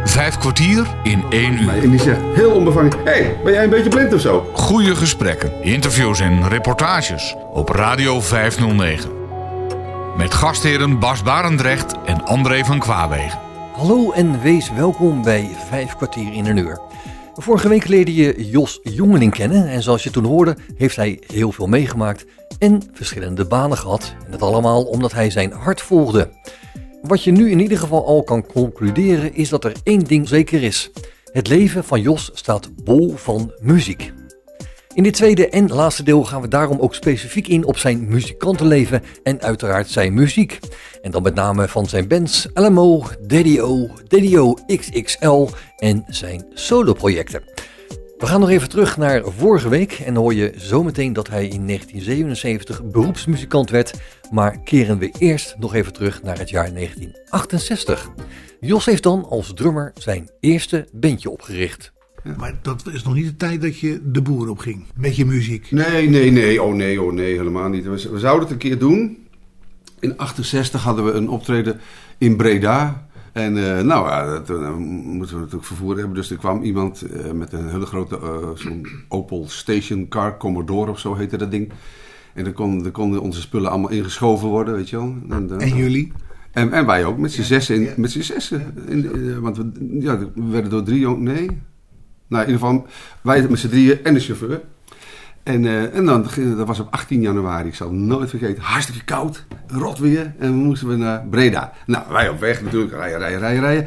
5 kwartier in 1 uur. En die zegt heel onbevangen: hey, ben jij een beetje blind of zo? Goede gesprekken, interviews en reportages op Radio 509. Met gastheren Bas Barendrecht en André van Kwaabegen. Hallo en wees welkom bij 5 kwartier in 1 uur. Vorige week leerde je Jos Jongeling kennen en zoals je toen hoorde heeft hij heel veel meegemaakt en verschillende banen gehad. En dat allemaal omdat hij zijn hart volgde. Wat je nu in ieder geval al kan concluderen is dat er één ding zeker is. Het leven van Jos staat bol van muziek. In dit tweede en laatste deel gaan we daarom ook specifiek in op zijn muzikantenleven en uiteraard zijn muziek. En dan met name van zijn bands LMO, Daddy-O XXL en zijn soloprojecten. We gaan nog even terug naar vorige week en dan hoor je zometeen dat hij in 1977 beroepsmuzikant werd. Maar keren we eerst nog even terug naar het jaar 1968. Jos heeft dan als drummer zijn eerste bandje opgericht. Ja. Maar dat is nog niet de tijd dat je de boer op ging met je muziek. Nee. Oh nee, helemaal niet. We zouden het een keer doen. In 68 hadden we een optreden in Breda. En dat moeten we natuurlijk vervoer hebben. Dus er kwam iemand met een hele grote zo'n Opel Stationcar, Commodore of zo heette dat ding. En dan konden onze spullen allemaal ingeschoven worden, weet je wel. En jullie? En wij ook, met z'n zessen. Want we werden door 3 jongen. Nee. Nou, in ieder geval, wij met z'n drieën en de chauffeur. En dat was op 18 januari, ik zal het nooit vergeten. Hartstikke koud, rot weer. En we moesten naar Breda. Nou, wij op weg natuurlijk, rijden.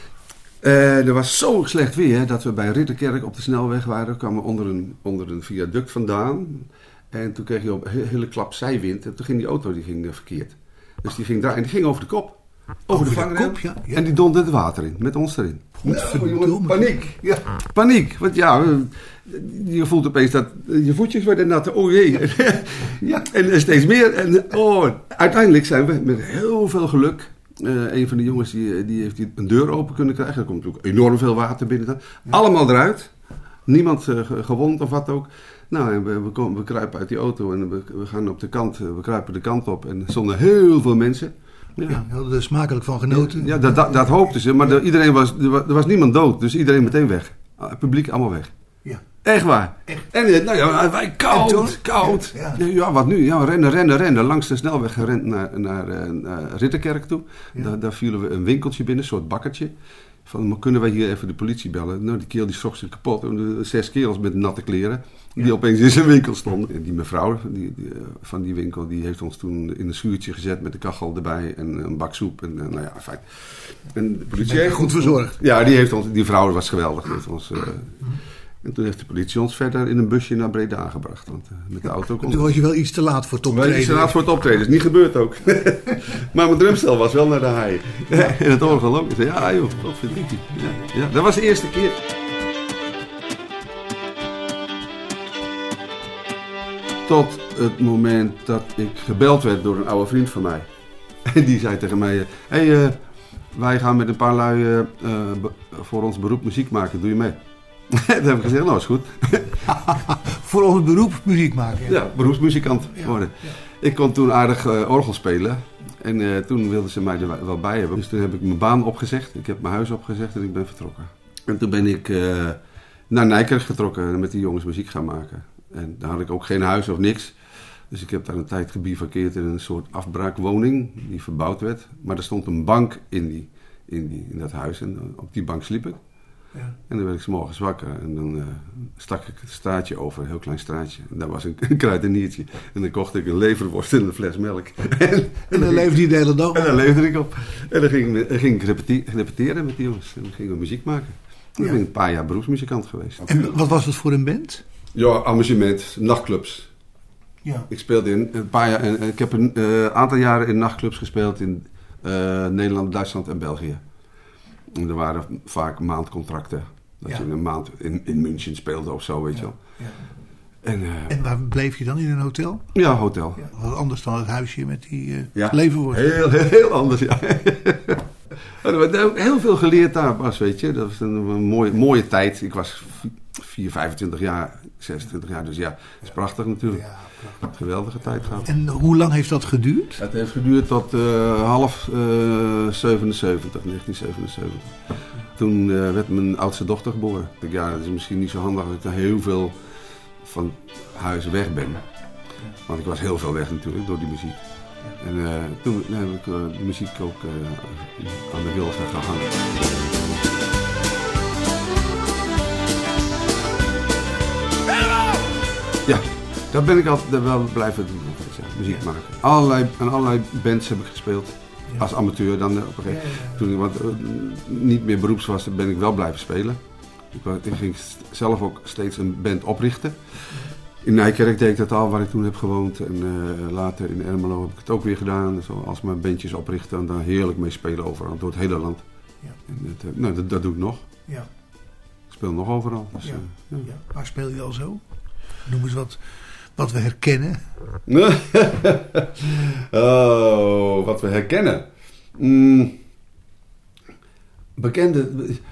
Er was zo slecht weer dat we bij Ridderkerk op de snelweg waren. We kwamen onder een viaduct vandaan. En toen kreeg je op een hele klap zijwind. En toen ging die auto verkeerd. Dus die ging draaien en die ging over de kop. Over de vangrail. Ja. En die donderde het water in, met ons erin. Jongen, paniek. Ja. Paniek. Want je voelt opeens dat je voetjes worden nat. Oh jee. Ja. En steeds meer. En uiteindelijk zijn we met heel veel geluk. Een van de jongens die heeft een deur open kunnen krijgen. Er komt natuurlijk enorm veel water binnen. Ja. Allemaal eruit. Niemand gewond of wat ook. Nou, en we kruipen uit die auto en we gaan op de kant. We kruipen de kant op en er stonden heel veel mensen. Ja, hadden er smakelijk van genoten. Ja, dat hoopten ze. Maar er was niemand dood. Dus iedereen meteen weg. Het publiek allemaal weg. Ja. Echt waar. Echt. En wij koud. Ja, wat nu? Ja, rennen. Langs de snelweg gerend naar Ridderkerk toe. Ja. Daar vielen we een winkeltje binnen, een soort bakkertje. Van, kunnen wij hier even de politie bellen? Nou, die kerel die schrok zich kapot. 6 kerels met natte kleren. Die opeens in zijn winkel stonden. En die mevrouw van die winkel, die heeft ons toen in een schuurtje gezet met een kachel erbij en een bak soep. En fijn. En de politie heeft goed verzorgd. Ja, die vrouw was geweldig. En toen heeft de politie ons verder in een busje naar Breda gebracht. Want met de auto kon. Toen was je wel iets te laat voor het optreden. Iets te laat voor het optreden, is niet gebeurd ook. Maar mijn drumstel was wel naar de haai. Ja. En het orgel ook. Ik zei, ja joh, wat verdriet hij. Ja, dat was de eerste keer. Tot het moment dat ik gebeld werd door een oude vriend van mij. En die zei tegen mij, wij gaan met een paar lui voor ons beroep muziek maken, doe je mee? Toen heb ik gezegd, nou is goed. Voor ons beroep muziek maken? Ja, beroepsmuzikant worden. Ja. Ik kon toen aardig orgel spelen. En toen wilden ze mij er wel bij hebben. Dus toen heb ik mijn baan opgezegd. Ik heb mijn huis opgezegd en ik ben vertrokken. En toen ben ik naar Nijkerk vertrokken en met die jongens muziek gaan maken. En daar had ik ook geen huis of niks. Dus ik heb daar een tijd gebivakkeerd in een soort afbraakwoning die verbouwd werd. Maar er stond een bank in dat huis en op die bank sliep ik. Ja. En dan werd ik 's morgens wakker en dan stak ik het straatje over, een heel klein straatje. En daar was een kruideniertje. En dan kocht ik een leverworst en een fles melk. En dan leefde je de hele dag op? En dan leefde ik op. En dan ging ik repeteren met die jongens. En dan gingen we muziek maken. En dan ben ik een paar jaar beroepsmuzikant geweest. En wat was het voor een band? Ja, amusement, nachtclubs. Ja. Ik speelde in een paar jaar. Ik heb een aantal jaren in nachtclubs gespeeld in Nederland, Duitsland en België. En er waren vaak maandcontracten. Dat je een maand in München speelde of zo, weet je wel. Ja. En waar bleef je dan? In een hotel? Ja, hotel. Ja, wat anders dan het huisje met die leverworst. Heel anders, ja. We hebben heel veel geleerd daar, Bas, weet je. Dat was een mooie tijd. Ik was 25 jaar, 26 jaar, dus ja, dat is prachtig natuurlijk. Ja, prachtig. Geweldige tijd gehad. En hoe lang heeft dat geduurd? Het heeft geduurd tot 1977. Toen werd mijn oudste dochter geboren. Ik dacht, ja, dat is misschien niet zo handig als ik dan heel veel van huis weg ben. Want ik was heel veel weg natuurlijk door die muziek. En toen heb ik de muziek ook aan de wil gehangen. Ja, dat ben ik altijd wel blijven doen. Muziek maken. Allerlei bands heb ik gespeeld. Als amateur dan op een gegeven moment. Toen ik niet meer beroeps was, ben ik wel blijven spelen. Ik ging zelf ook steeds een band oprichten. In Nijkerk deed ik dat al, waar ik toen heb gewoond. En later in Ermelo heb ik het ook weer gedaan. Zoals mijn bandjes oprichten en daar heerlijk mee spelen overal, door het hele land. Ja. En dat doe ik nog. Ja. Ik speel nog overal. Dus, ja. Waar speel je al zo? Noem eens wat we herkennen. Oh, wat we herkennen. Bekende...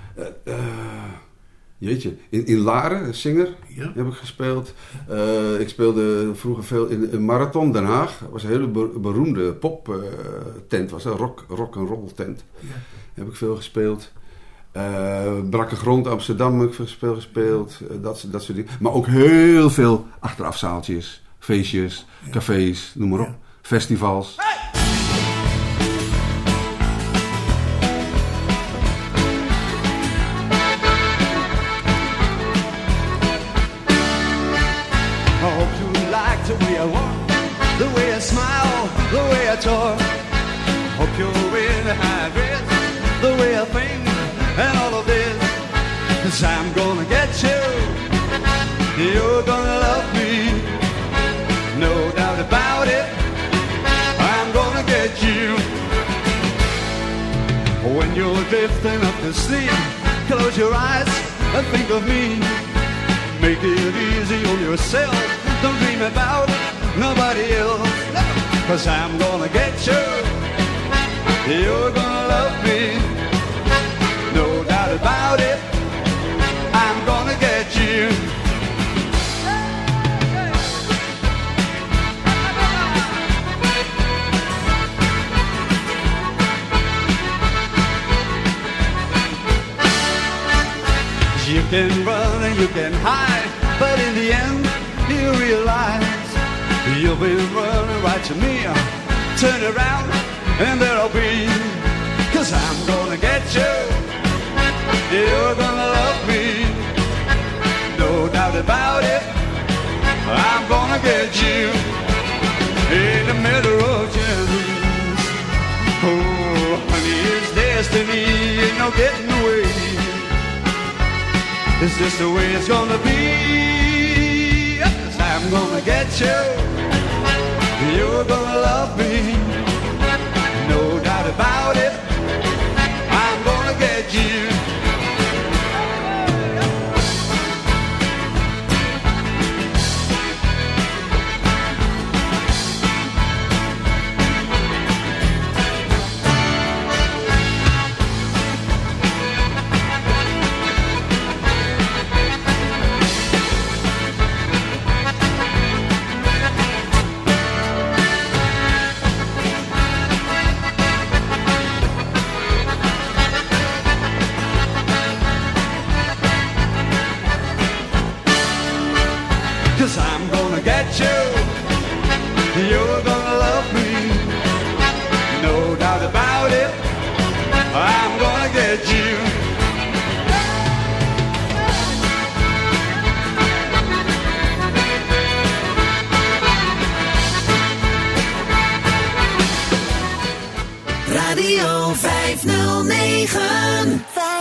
Jeetje, in Laren, Singer, heb ik gespeeld. Ik speelde vroeger veel in Marathon, Den Haag. Dat was een hele beroemde poptent, was een rock-and-roll tent. Ja. Heb ik veel gespeeld. Brakke Grond, Amsterdam heb ik veel gespeeld. Dat soort dingen. Maar ook heel veel achterafzaaltjes, feestjes, cafés, noem maar op. Festivals. Hey! The way I smile, the way I talk. Hope you're wearing a high dress. The way I think and all of this. 'Cause I'm gonna get you. You're gonna love me. No doubt about it. I'm gonna get you. When you're drifting up to sleep, close your eyes and think of me. Make it easy on yourself. Don't dream about nobody else. 'Cause I'm gonna get you. You're gonna love me. No doubt about it. I'm gonna get you. You can run and you can hide, but in the end you realize you've been running right to me. Turn around and there I'll be. 'Cause I'm gonna get you. You're gonna love me. No doubt about it. I'm gonna get you. In the middle of chance. Oh, honey, it's destiny. Ain't no getting away. It's just the way it's gonna be. 'Cause I'm gonna get you. You're gonna love me. No doubt about it. I'm gonna get you. You're gonna love me. No doubt about it. I'm gonna get you. Radio 509.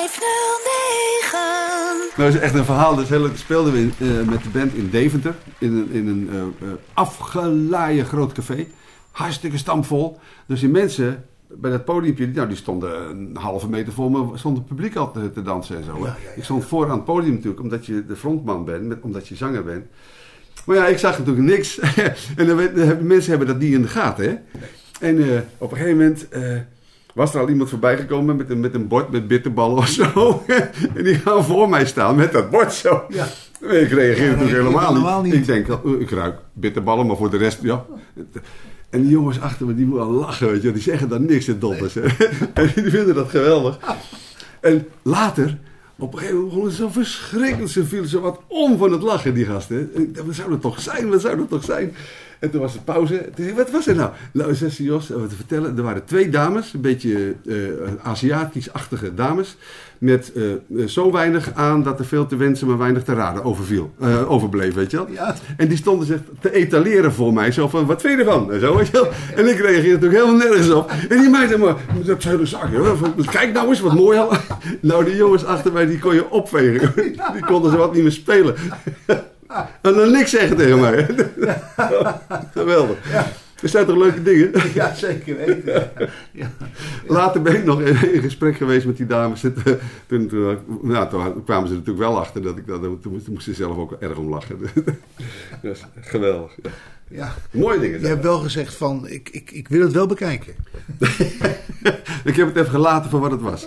Nou, dat is echt een verhaal. Dus speelden we met de band in Deventer. In een afgelaaien groot café. Hartstikke stampvol. Dus die mensen bij dat podiumpje, die stonden een halve meter voor me. Stond het publiek altijd te dansen en zo. Ja. Ik stond voor aan het podium natuurlijk, omdat je de frontman bent. Omdat je zanger bent. Maar ja, ik zag natuurlijk niks. En mensen hebben dat niet in de gaten, hè. En op een gegeven moment... was er al iemand voorbij gekomen met een bord met bitterballen of zo. En die gaan voor mij staan met dat bord zo. Ja. Ik reageer natuurlijk helemaal niet. Ik denk, ik ruik bitterballen, maar voor de rest, ja. En die jongens achter me, die moeten al lachen, weet je. Die zeggen dan niks, de dotters. Nee. En die vinden dat geweldig. En later, op een gegeven moment begonnen ze zo verschrikkelijk. Ze vielen zo wat om van het lachen, die gasten. En ik dacht, wat zou dat toch zijn? En toen was het pauze. Toen zei, wat was er nou? Nou, zei Jos, wat te vertellen. Er waren 2 dames, een beetje Aziatisch-achtige dames. Met zo weinig aan dat er veel te wensen, maar weinig te raden overbleef, weet je wel. Ja. En die stonden zich te etaleren voor mij. Zo van, wat vind je ervan? En zo, weet je wel. En ik reageerde natuurlijk helemaal nergens op. En die meid maar, dat zijn de zaken. Kijk nou eens, wat mooi al. Nou, die jongens achter mij, die kon je opvegen. Die konden ze wat niet meer spelen. En dan niks zeggen tegen mij. Geweldig. Ja. Er zijn toch leuke dingen? Ja, zeker weten. Ja. Later ben ik nog in gesprek geweest met die dames. Toen kwamen ze natuurlijk wel achter dat ik dat. Toen moesten ze zelf ook erg om lachen. Dat is geweldig. Ja. Ja. Mooie dingen. Je hebt wel gezegd van, ik wil het wel bekijken. Ik heb het even gelaten voor wat het was.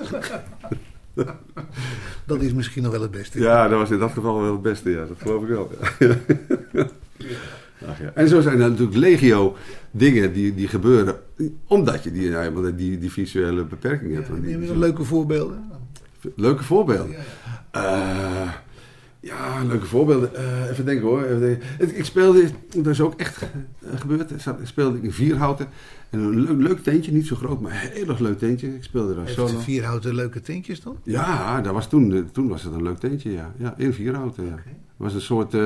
Dat is misschien nog wel het beste. Ja, dat was in dat geval wel het beste. Ja, dat geloof ik wel. Ja. Ach ja. En zo zijn er natuurlijk legio dingen die gebeuren. Omdat je die visuele beperking hebt. Neem je leuke voorbeelden? Leuke voorbeelden? Ja, leuke voorbeelden. Even denken hoor. Ik speelde, dat is ook echt gebeurd. Speelde ik in Vierhouten. En een leuk tentje, niet zo groot, maar een heel erg leuk tentje. Ik speelde daar solo. Heeft de Vierhouten leuke tentjes dan? Ja, dat was toen was het een leuk tentje, ja. Ja, in Vierhouten, ja. Okay. Het was een soort,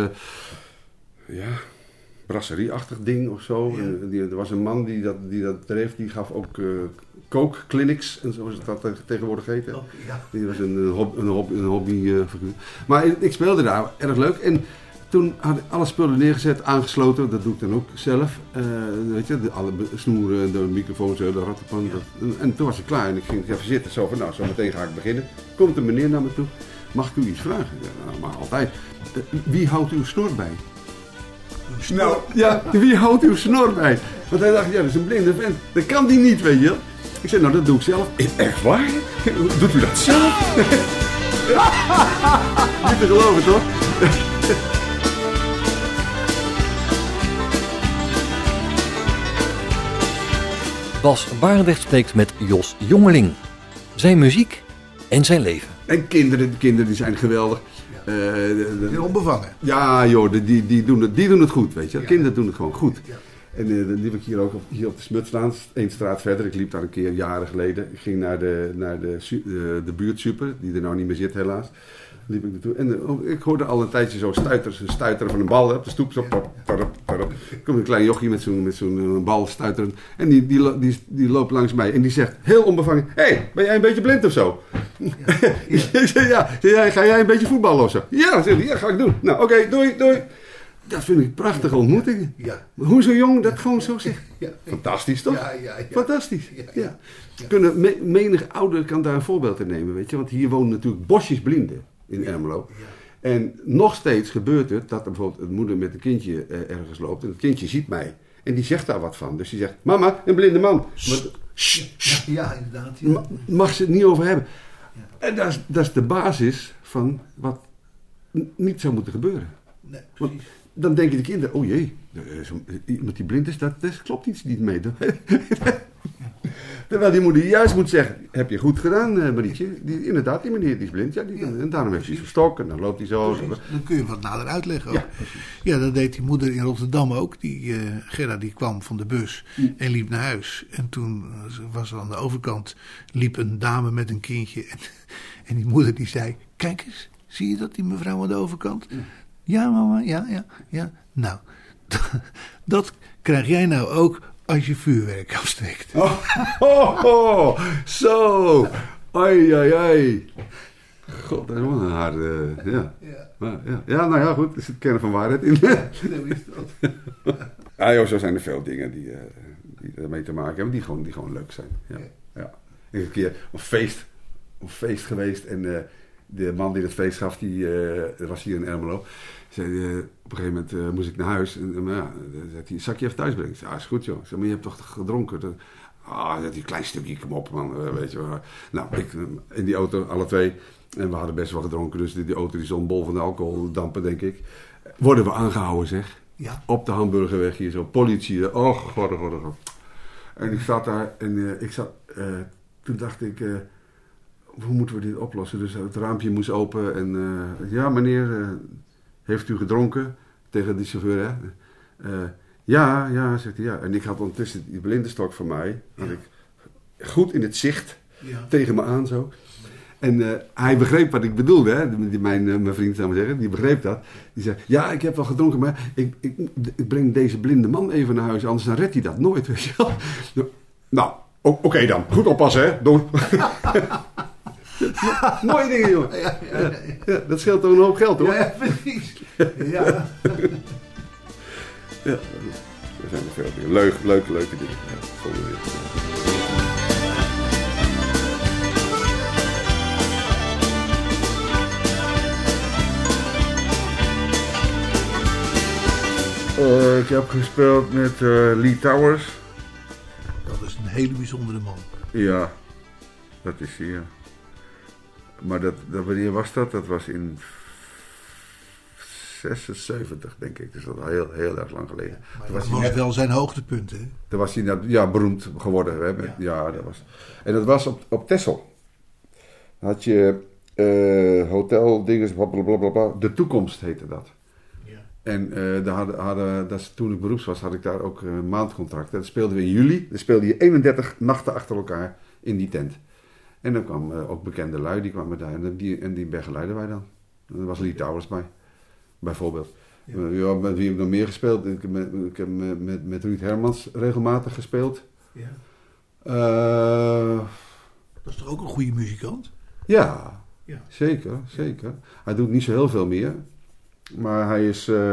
brasserieachtig ding of zo. Ja. Er was een man die dat dreef, die gaf ook kookclinics en zoals dat tegenwoordig heette. Okay, ja. Die was een hobbyfiguur. Maar ik speelde daar, erg leuk. En toen had ik alle spullen neergezet, aangesloten. Dat doe ik dan ook zelf. Weet je, alle snoeren, de microfoons, de rattenpan. Ja. En toen was ik klaar en ik ging even zitten. Zo van, nou, zo meteen ga ik beginnen. Komt een meneer naar me toe. Mag ik u iets vragen? Ja, nou, maar altijd. Wie houdt uw snor bij? Nou, ja, wie houdt uw snor bij? Want hij dacht, ja, dat is een blinde vent. Dat kan die niet, weet je. Ik zei, nou, dat doe ik zelf. Echt waar? Doet u dat zelf? Niet te geloven, toch? Bas Barendrecht spreekt met Jos Jongeling. Zijn muziek en zijn leven. En kinderen die zijn geweldig. Heel onbevangen. Ja, joh, die doen het goed, weet je. Ja. Kinderen doen het gewoon goed. Ja. En die heb ik hier ook hier op de Smut staan, 1 straat verder. Ik liep daar een keer jaren geleden. Ik ging naar de buurtsuper, die er nou niet meer zit helaas. Liep ik naartoe. En ik hoorde al een tijdje zo stuiteren van een bal op de stoep. Zo, er komt een klein jochie met zo'n bal stuiteren. En die loopt langs mij en die zegt heel onbevangen: hey, ben jij een beetje blind of zo? Ja. Ik zei, ja. Ga jij een beetje voetballen of zo? Ja, zeg, ja, ga ik doen. Nou, oké, doei. Dat vind ik prachtige ontmoetingen. Ja. Hoe zo'n jong dat gewoon zo zegt. Ja. Fantastisch, toch? Ja. Fantastisch. Ja. Menig ouder kan daar een voorbeeld in nemen, weet je. Want hier wonen natuurlijk bosjes blinden in Ermelo. Ja. En nog steeds gebeurt het dat er bijvoorbeeld een moeder met een kindje ergens loopt. En het kindje ziet mij. En die zegt daar wat van. Dus die zegt, mama, een blinde man. Ja, inderdaad. Ja. Mag ze het niet over hebben. Ja. En dat is de basis van wat niet zou moeten gebeuren. Nee, precies. Want dan denken de kinderen, oh jee, iemand die blind is, dat klopt iets niet mee. Terwijl die moeder juist moet zeggen, heb je goed gedaan, Marietje. Inderdaad, die meneer die is blind. Ja, en daarom heeft hij zijn stok en dan loopt hij zo. Dan kun je wat nader uitleggen ook. Ja, dat deed die moeder in Rotterdam ook. Gerda die kwam van de bus en liep naar huis. En toen was er aan de overkant, liep een dame met een kindje. En die moeder die zei, kijk eens, zie je dat, die mevrouw aan de overkant? Ja, mama, ja. Nou, dat krijg jij nou ook als je vuurwerk afsteekt. Zo. Ai. God, dat is wel een harde... Ja. Maar, ja, nou ja, goed. Er zit kern van waarheid in. Ja, joh, zo zijn er veel dingen die ermee te maken hebben. Die gewoon leuk zijn. Ja. Ik een keer op feest geweest. En de man die het feest gaf, die was hier in Ermelo. Zei, op een gegeven moment moest ik naar huis. En zei hij, zal ik je even thuis brengen? Ik zei, is goed joh. Ik zei, maar je hebt toch gedronken? Dat hij een klein stukje, kom op man, weet je wel. Nou, ik in die auto, alle twee. En we hadden best wel gedronken. Dus die auto die stond bol van de alcoholdampen, denk ik. Worden we aangehouden, zeg. Ja. Op de Hamburgerweg hier zo. Politie. Oh, god. En ik zat daar. En toen dacht ik... hoe moeten we dit oplossen? Dus het raampje moest open en ja meneer, heeft u gedronken? Tegen die chauffeur, hè? Ja, zegt hij, ja. En ik had ondertussen die blindenstok van mij, had ik goed in het zicht, tegen me aan zo. En hij begreep wat ik bedoelde, hè? Mijn vriend, zou maar zeggen, die begreep dat. Die zei, ja, ik heb wel gedronken, maar ik breng deze blinde man even naar huis, anders dan redt hij dat nooit, weet je wel. Nou, oké dan, goed oppassen, hè? Doei. Mooie dingen, jongen. Ja, dat scheelt toch een hoop geld, hoor. Ja, precies. Ja. Ja, er zijn er veel dingen. Leuke dingen. Ja, zonder weer. Ik heb gespeeld met Lee Towers. Dat is een hele bijzondere man. Ja, dat is hij, ja. Maar wanneer was dat? Dat was in 76, denk ik. Dus dat is al heel erg lang geleden. Ja, maar dat was wel zijn hoogtepunt, hè? Toen was hij beroemd geworden. Hè? Dat was. En dat was op Texel. Dan had je hotel, dinges, blablabla. De Toekomst heette dat. Ja. En toen ik beroeps was, had ik daar ook een maandcontract. Dat speelden we in juli. Dan speelde je 31 nachten achter elkaar in die tent. En dan kwamen ook bekende lui, die kwamen daar. En die begeleiden wij dan. En er was Lee Towers bij. Bijvoorbeeld. Ja. Met wie heb ik nog meer gespeeld? Ik heb met Ruud Hermans regelmatig gespeeld. Ja. Dat is toch ook een goede muzikant? Ja. Zeker. Hij doet niet zo heel veel meer. Maar hij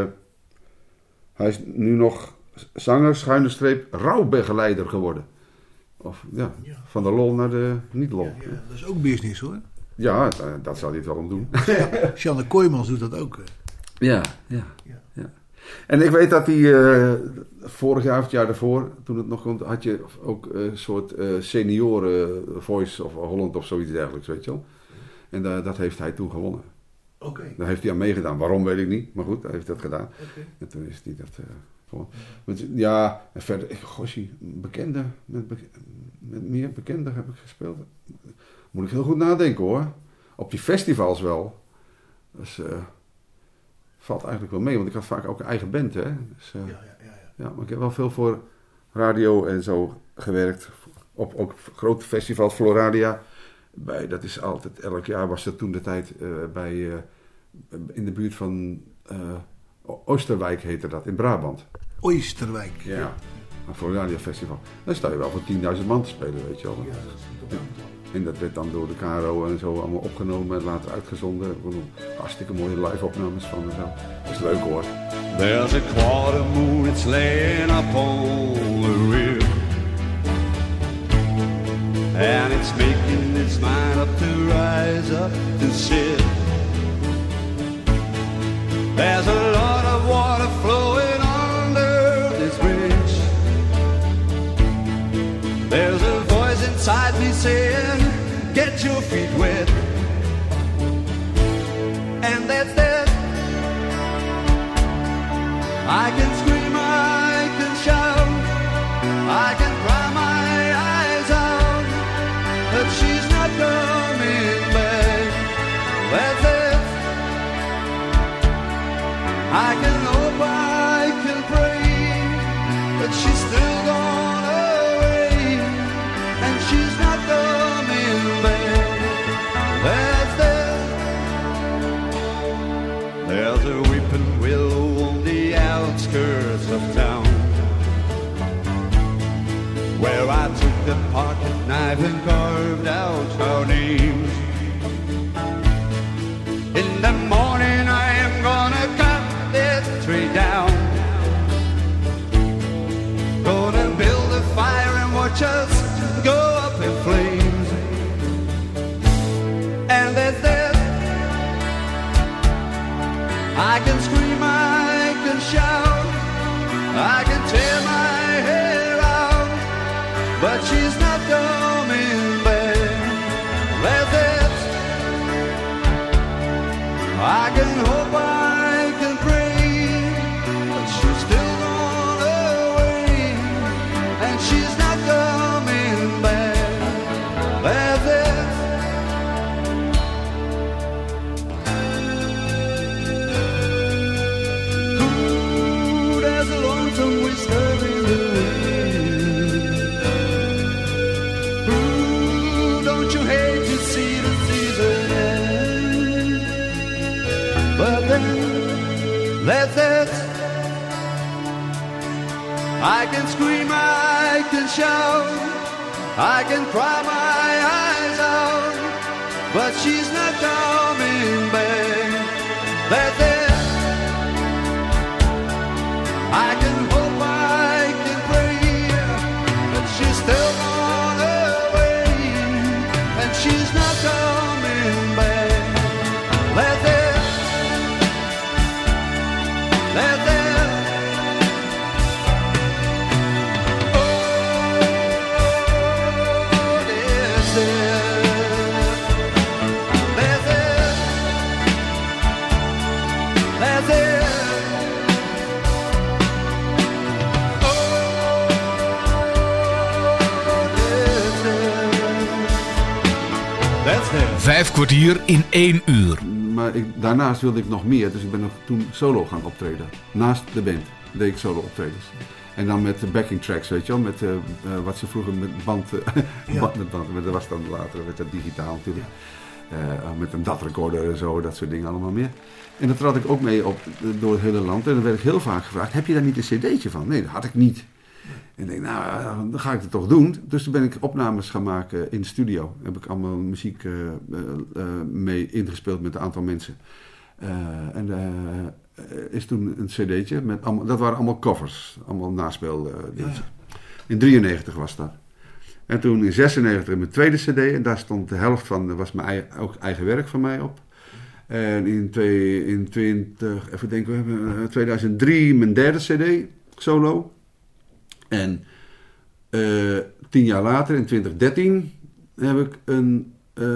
is nu nog zanger, _ rouwbegeleider geworden. Of van de lol naar de niet-lol. Ja, dat is ook business, hoor. Ja, dat zal hij het wel om doen. Sjanne Kooijmans doet dat ook. Ja. En ik weet dat hij vorig jaar of het jaar daarvoor, toen het nog komt, had je ook een soort senioren Voice of Holland of zoiets dergelijks, weet je wel. En dat heeft hij toen gewonnen. Oké. Daar heeft hij aan meegedaan. Waarom weet ik niet, maar goed, hij heeft dat gedaan. Okay. En toen is hij dat gewonnen. Ja, en verder, bekende, met meer bekenden heb ik gespeeld. Moet ik heel goed nadenken, hoor. Op die festivals wel. Dus valt eigenlijk wel mee, want ik had vaak ook een eigen band, hè. Dus, ja, maar ik heb wel veel voor radio en zo gewerkt. Op ook grote festivals, Floradia. Dat is altijd, elk jaar was dat toen de tijd in de buurt van Oosterwijk heette dat, in Brabant. Oosterwijk. Ja, een Floradia Festival. Daar sta je wel voor 10.000 man te spelen, weet je wel. Ja, dat is en dat werd dan door de KRO en zo allemaal opgenomen en later uitgezonden. Hartstikke mooie live-opnames van en zo. Dat is leuk, hoor. There's a quarter moon, it's laying up on the rear. And it's making its mind up to rise up to sit. There's a lot of water flowing under this bridge. There's a voice inside me saying, get your feet wet. And that's that. I can scream, I can shout, I can cry my eyes out, but she's not coming back. That's it. I can hope, I can pray, but she's still gone away, and she's not coming back. That's it. There's a weeping willow on the outskirts of town, where I took the pocket knife and carved out our names. In the morning I am gonna cut this tree down, gonna build a fire and watch us go up in flames. And that's it. I can scream, I can shout, I can tear my hair out, but she's not coming back. That's it. I can hope, I can pray, but she's still gone away, and she's not coming back. That's it. disturbing the wind. Ooh, don't you hate to see the season end? But then that's it. I can scream, I can shout, I can cry my eyes out, but she's not coming back. That's it. I can hope, I can pray, but she's still gone away, and she's not coming back. That's it. That's it. Vijf kwartier in 1 uur. Maar daarnaast wilde ik nog meer, dus ik ben nog toen solo gaan optreden. Naast de band deed ik solo optredens. En dan met de backing tracks, weet je wel, met wat ze vroeger met band, met band, dat was dan later, werd dat digitaal natuurlijk. Met een DAT-recorder en zo, dat soort dingen allemaal meer. En dat trad ik ook mee op door het hele land. En dan werd ik heel vaak gevraagd, heb je daar niet een cd'tje van? Nee, dat had ik niet. En ik denk, nou, dan ga ik het toch doen. Dus toen ben ik opnames gaan maken in de studio. Heb ik allemaal muziek mee ingespeeld met een aantal mensen. En is toen een cd'tje met allemaal, dat waren allemaal covers, allemaal naspeeldingen. In 93 was dat. En toen in 96 mijn tweede cd, en daar stond de helft van, was mijn ook eigen werk van mij op. En in 2003 mijn derde cd, solo. En 10 jaar later, in 2013, heb ik een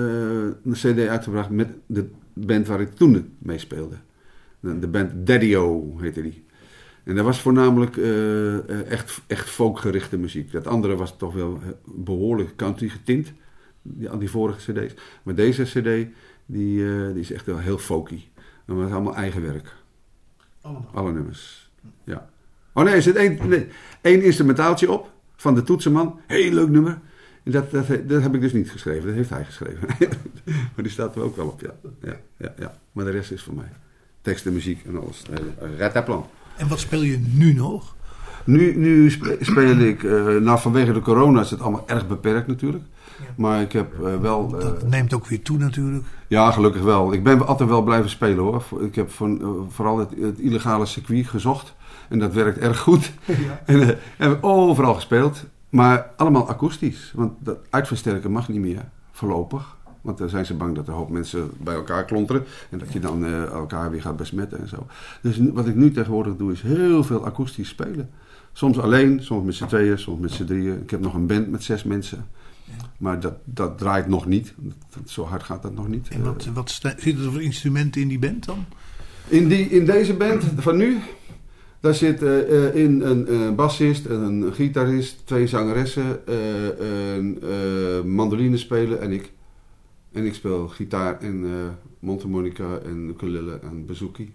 cd uitgebracht met de band waar ik toen mee speelde. De band Daddy-O heette die. En dat was voornamelijk echt folkgerichte muziek. Dat andere was toch wel behoorlijk country getint, die vorige cd's. Maar deze cd, die is echt wel heel folky. En dat was allemaal eigen werk. Allemaal? Alle nummers, ja. Oh nee, er zit één instrumentaaltje op van de toetsenman. Heel leuk nummer. En dat heb ik dus niet geschreven, dat heeft hij geschreven. Maar die staat er ook wel op, ja. Maar de rest is voor mij. Tekst en muziek en alles. Rataplan. En wat speel je nu nog? Nu speel ik, vanwege de corona is het allemaal erg beperkt natuurlijk. Ja. Maar ik heb wel... dat neemt ook weer toe natuurlijk. Ja, gelukkig wel. Ik ben altijd wel blijven spelen hoor. Ik heb vooral het illegale circuit gezocht. En dat werkt erg goed. Ja. En hebben overal gespeeld. Maar allemaal akoestisch. Want dat uitversterken mag niet meer, voorlopig. Want dan zijn ze bang dat een hoop mensen bij elkaar klonteren. En dat je dan elkaar weer gaat besmetten en zo. Dus wat ik nu tegenwoordig doe is heel veel akoestisch spelen. Soms alleen, soms met z'n tweeën, soms met z'n drieën. Ik heb nog een band met 6 mensen. Ja. Maar dat draait nog niet. Zo hard gaat dat nog niet. En wat zitten er voor instrumenten in die band dan? In deze band van nu... Daar zit in een bassist, een gitarist, 2 zangeressen, een mandolinespeler en ik. En ik speel gitaar en mondharmonica en ukulele en bouzouki.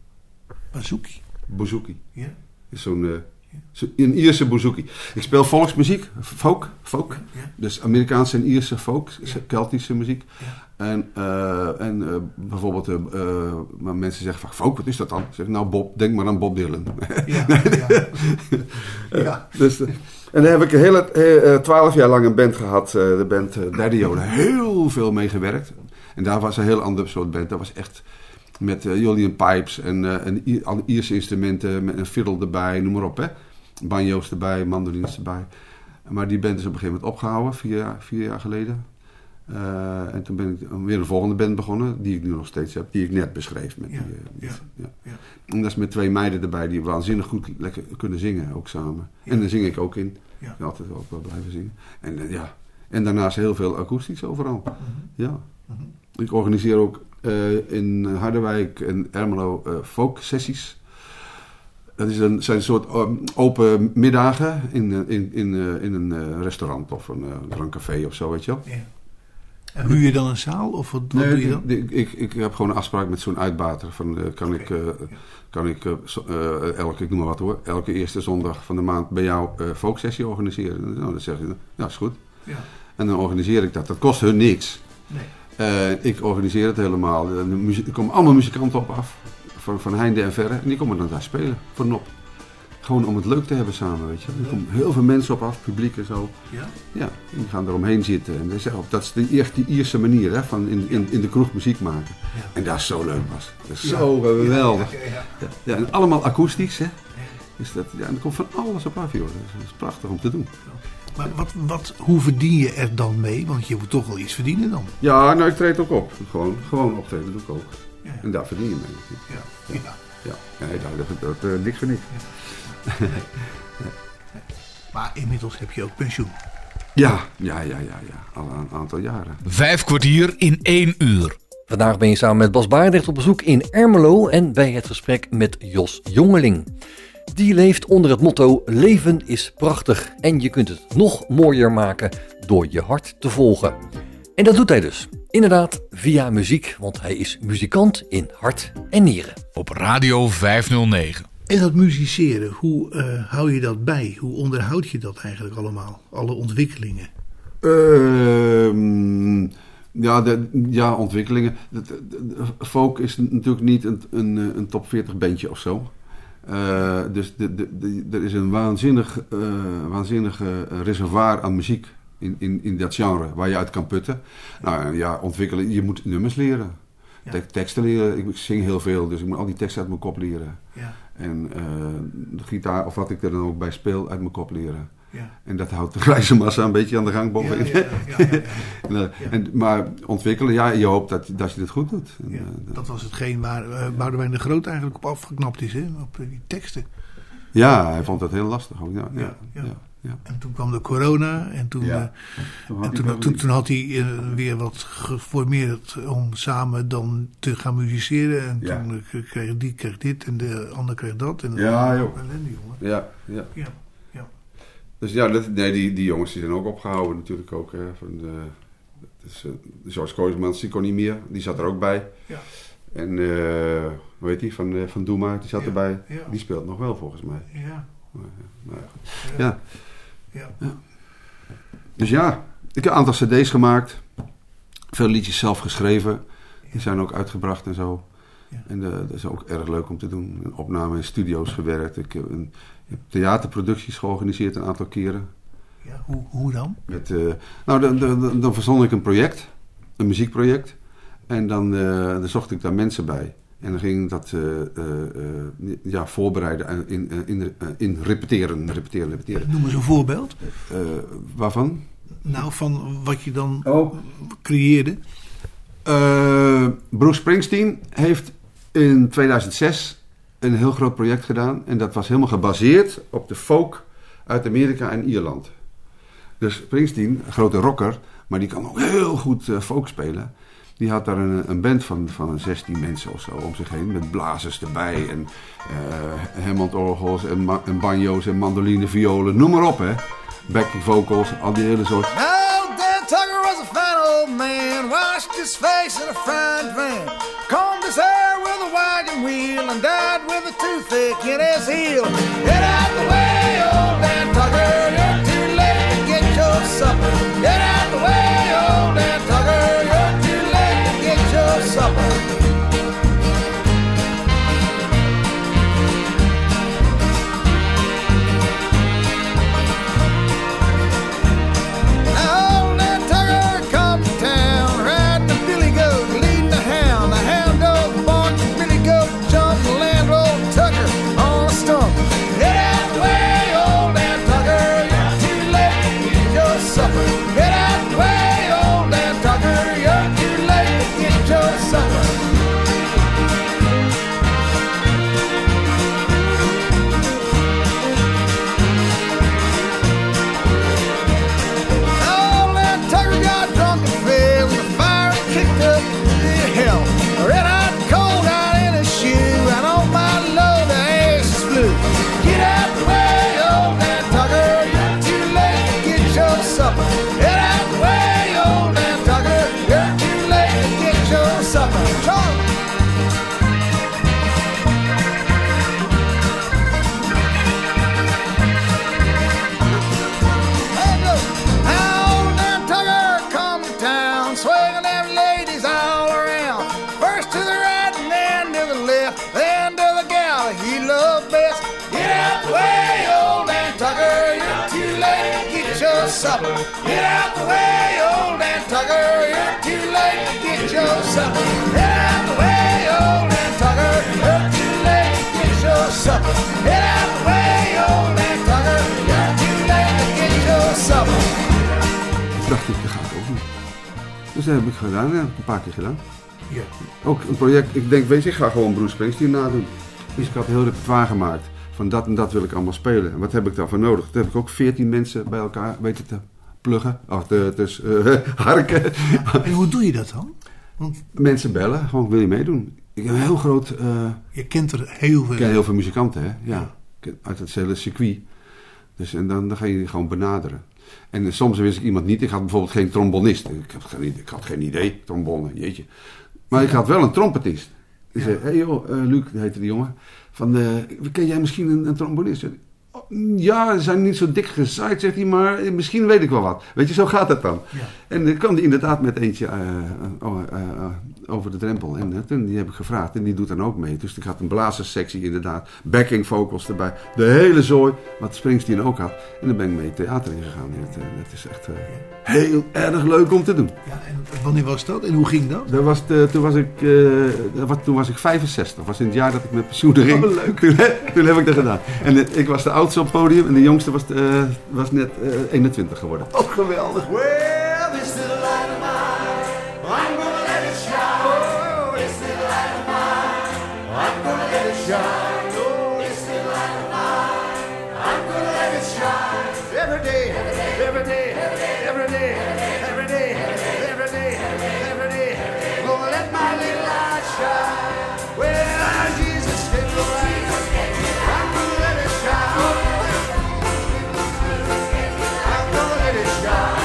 Bouzouki? Ja. Is een Ierse bouzouki. Ik speel volksmuziek, folk. Ja. Dus Amerikaanse en Ierse folk, Keltische muziek. Ja. En bijvoorbeeld, maar mensen zeggen van folk, wat is dat dan? Ik zeg, nou Bob, denk maar aan Bob Dylan. Ja. Dus, en dan heb ik een hele 12 jaar lang een band gehad, de band Daddy-O, daar heel veel mee gewerkt. En daar was een heel ander soort band. Dat was echt met Julian Pipes en Ierse instrumenten, met een fiddle erbij, noem maar op. Hè. Banjo's erbij, mandolines erbij. Maar die band is op een gegeven moment opgehouden, 4 jaar geleden. En toen ben ik weer een volgende band begonnen, die ik nu nog steeds heb, die ik net beschreef. En dat is met 2 meiden erbij die waanzinnig goed lekker kunnen zingen, ook samen. Ja. En daar zing ik ook in. Ja. Ik altijd ook wel blijven zingen. En daarnaast heel veel akoestisch overal. Uh-huh. Ja. Uh-huh. Ik organiseer ook in Harderwijk en Ermelo folk-sessies. Dat zijn een soort open middagen in een restaurant of een café of zo, weet je wel. Ja. En huur je dan een zaal of wat doe je dan? Ik heb gewoon een afspraak met zo'n uitbater. Van, kan ik ik noem maar wat hoor, elke eerste zondag van de maand bij jou folksessie organiseren? Nou, dan zeggen ze, ja, is goed. Ja. En dan organiseer ik dat. Dat kost hun niks. Nee. Ik organiseer het helemaal. Er komen allemaal muzikanten op af. Van heinde en verre. En die komen dan daar spelen. Voor nop. Gewoon om het leuk te hebben samen, weet je. Er komen heel veel mensen op af, publiek en zo. Ja? Ja, en die gaan eromheen zitten. En dat is echt die Ierse manier, hè, van in de kroeg muziek maken. Ja. En dat is zo leuk, Bas. Dat is zo geweldig. Ja, en allemaal akoestisch, hè. Dus er komt van alles op af, joh. Dat is prachtig om te doen. Maar hoe verdien je er dan mee? Want je moet toch wel iets verdienen dan. Ja, nou, ik treed ook op. Gewoon optreden doe ik ook. Ja. En daar verdien je mee. Ja. Nee, dat niks voor niks. Ja. Maar inmiddels heb je ook pensioen. Ja. Al een aantal jaren. 5 kwartier in 1 uur. Vandaag ben je samen met Bas Barendrecht op bezoek in Ermelo en bij het gesprek met Jos Jongeling. Die leeft onder het motto: leven is prachtig en je kunt het nog mooier maken door je hart te volgen. En dat doet hij dus. Inderdaad, via muziek, want hij is muzikant in hart en nieren. Op Radio 509. En dat musiceren, hoe hou je dat bij? Hoe onderhoud je dat eigenlijk allemaal? Alle ontwikkelingen? Ontwikkelingen. Folk is natuurlijk niet een top 40 bandje of zo. Dus er is een waanzinnig reservoir aan muziek in dat genre waar je uit kan putten. Nou ja, ontwikkelen. Je moet nummers leren. Ja. Teksten leren. Ik zing heel veel, dus ik moet al die teksten uit mijn kop leren. Ja. En de gitaar, of wat ik er dan ook bij speel, uit mijn kop leren. Ja. En dat houdt de grijze massa een beetje aan de gang bovenin. Ja. Maar ontwikkelen, ja, je hoopt dat je het goed doet. Ja, dat was hetgeen waar Boudewijn de Groot eigenlijk op afgeknapt is, hè? Op die teksten. Ja, hij vond dat heel lastig ook. Ja. En toen kwam de corona en toen had hij weer wat geformeerd om samen dan te gaan musiceren. En toen kreeg die dit en de ander kreeg dat. En ellende, jongen. Ja. Dus ja, die jongens die zijn ook opgehouden natuurlijk ook. Hè, George Koosmans, die kon niet meer. Die zat er ook bij. Ja. En hoe heet die, van Doema, die zat erbij. Ja. Die speelt nog wel volgens mij. Ja. Ja. Dus ja, ik heb een aantal cd's gemaakt. Veel liedjes zelf geschreven. Die zijn ook uitgebracht en zo. Ja. En dat is ook erg leuk om te doen. Een opname in studio's gewerkt. Ik heb theaterproducties georganiseerd een aantal keren. Ja, hoe dan? Dan verzon ik een project. Een muziekproject. En dan zocht ik daar mensen bij. En dan ging ik dat voorbereiden in repeteren. Noem eens een voorbeeld. Waarvan? Nou, van wat je dan creëerde. Bruce Springsteen heeft in 2006 een heel groot project gedaan. En dat was helemaal gebaseerd op de folk uit Amerika en Ierland. Dus Springsteen, een grote rocker, maar die kan ook heel goed folk spelen. Die had daar een band van 16 mensen of zo om zich heen. Met blazers erbij en Hammond-orgels en banjo's en mandoline, violen, noem maar op, hè. Backing vocals, al die hele soort. Now Dan Tucker was a fine old man, washed his face in a frying pan, combed his hair with a wagon wheel and died with a toothache in his heel. Get out the way, old Dan Tucker, you're too late to get your supper. Get out the way, old Dan Tucker, you're too late to get your supper. Get out the way, old Dan Tucker. supper. Charlie. Supper. Get out the way, old Dan Tucker. You're too late to get your supper. Get out the way, old Dan Tucker. You're too late to get your supper. Get out the way, old Dan Tucker. You're too late to get your supper. Dus dacht ik, dat ga ik ook doen. Dus dat heb ik gedaan, ja, een paar keer gedaan. Ja. Ook een project, ik denk, weet je, ik ga gewoon Bruce Springsteen nadoen. Dus ik had een heel repertoire gemaakt. Van dat en dat wil ik allemaal spelen. En wat heb ik daarvoor nodig? Toen heb ik ook 14 mensen bij elkaar weten te pluggen. Of te harken. Ja, en hoe doe je dat dan? Want mensen bellen, gewoon wil je meedoen. Ik heb een heel groot... je kent er heel veel. Ik ken heel veel muzikanten, hè. Ja. Uit het hele circuit. Dus, en dan ga je die gewoon benaderen. En soms wist ik iemand niet. Ik had bijvoorbeeld geen trombonist. Ik had geen idee, trombone, jeetje. Maar ik had wel een trompetist. Die zei, hey joh, Luc, heette die jongen. Ken jij misschien een trombonist? Ja, ze zijn niet zo dik gezaaid, zegt hij, maar misschien weet ik wel wat. Weet je, zo gaat het dan. Ja. En dan kwam hij inderdaad met eentje over de drempel. En die heb ik gevraagd en die doet dan ook mee. Dus ik had een blazerssectie inderdaad, backing vocals erbij. De hele zooi, wat Springsteen ook had. En dan ben ik mee het theater ingegaan. Het is echt heel erg leuk om te doen. Ja, en wanneer was dat en hoe ging dat? Toen was ik 65. Dat was in het jaar dat ik met pensioen ging. Oh, leuk. Toen heb ik dat gedaan. En ik was de oudste op het podium en de jongste was net 21 geworden. Oh, geweldig. Well, this little light of mine, I'm gonna let it shine. Oh, this little light of mine, I'm gonna let it shine. Oh, this little light of mine, I'm gonna let it shine. Every day, every day, every day, every day, every day, every day, gonna let my little light shine. Well, Jesus gave me the light, I'm gonna let it shine. I'm gonna let it shine.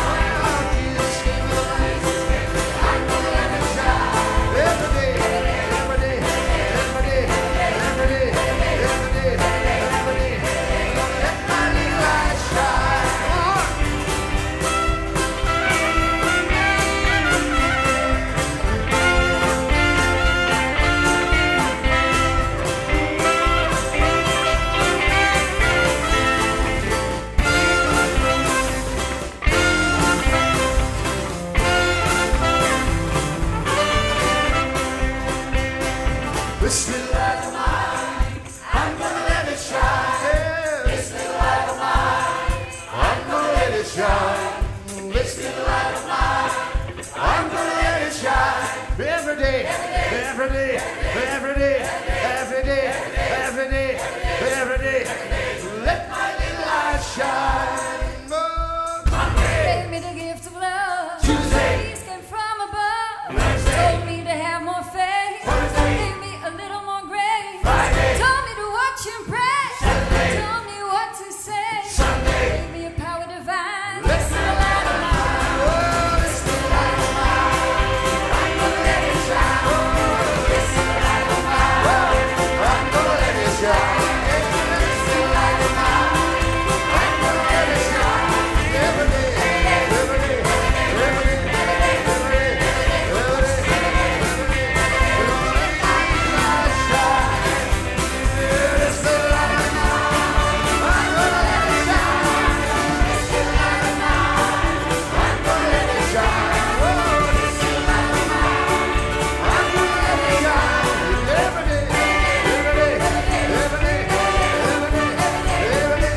This little light of mine, I'm gonna let it shine. Yeah. This little light of mine, I'm gonna let it shine. This little light of mine, I'm gonna let it shine. Every day, every day, every day, every day, every day, every day. Let my little light shine. Monday gave me the gift of love. Tuesday, peace came from above. Wednesday, told me to have more faith. Thursday, gave me a little more grace. Friday, told me to watch and pray. Saturday, told me what to say. Sunday, gave me a power divine. this little light of mine, oh, this little light of mine, I'm gonna let it shine. Oh, this little light of mine, oh, I'm gonna let it shine. This little light of mine, I'm gonna let it shine. Every day, every day, every day, every day, every day, every day, gonna let my light shine. This little light of mine, I'm gonna let it shine. This little light of mine, I'm gonna let it shine. Oh, this little light of mine, I'm gonna let it shine. Every day, every day, every day, every day, every day, every day,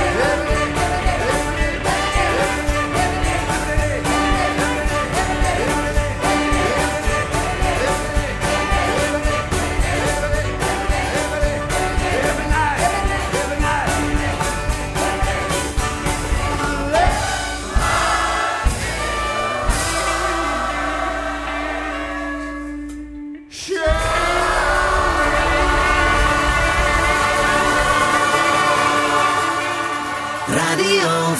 every night, every night. Radio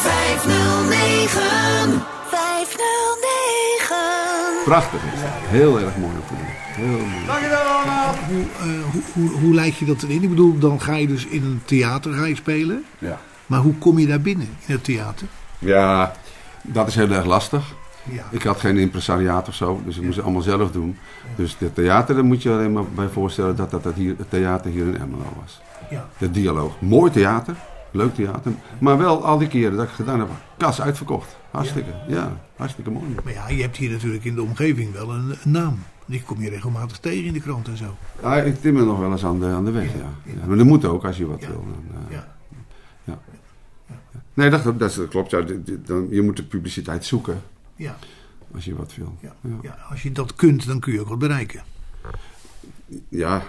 509. 509. Prachtig is het. Heel erg mooi om te doen. Heel moeilijk. Dankjewel allemaal. Hoe leid je dat erin? Ik bedoel, dan ga je dus in een theater spelen. Ja. Maar hoe kom je daar binnen in het theater? Ja, dat is heel erg lastig. Ja. Ik had geen impresariaat of zo, dus ik moest het allemaal zelf doen. Dus het theater, daar moet je alleen maar bij voorstellen dat hier, het theater hier in Ermelo was. Ja. De Dialoog. Mooi theater, leuk theater. Maar wel al die keren dat ik gedaan heb, kas uitverkocht. Hartstikke, ja, hartstikke mooi. Maar ja, je hebt hier natuurlijk in de omgeving wel een naam. Die kom je regelmatig tegen in de krant en zo. Ja, ik tim er nog wel eens aan de weg, ja. Maar dat moet ook als je wat wil. Dan, Ja. ja. Nee, dat klopt. Ja. Je moet de publiciteit zoeken Ja. als je wat wil. Ja. Ja, als je dat kunt, dan kun je ook wat bereiken. Ja.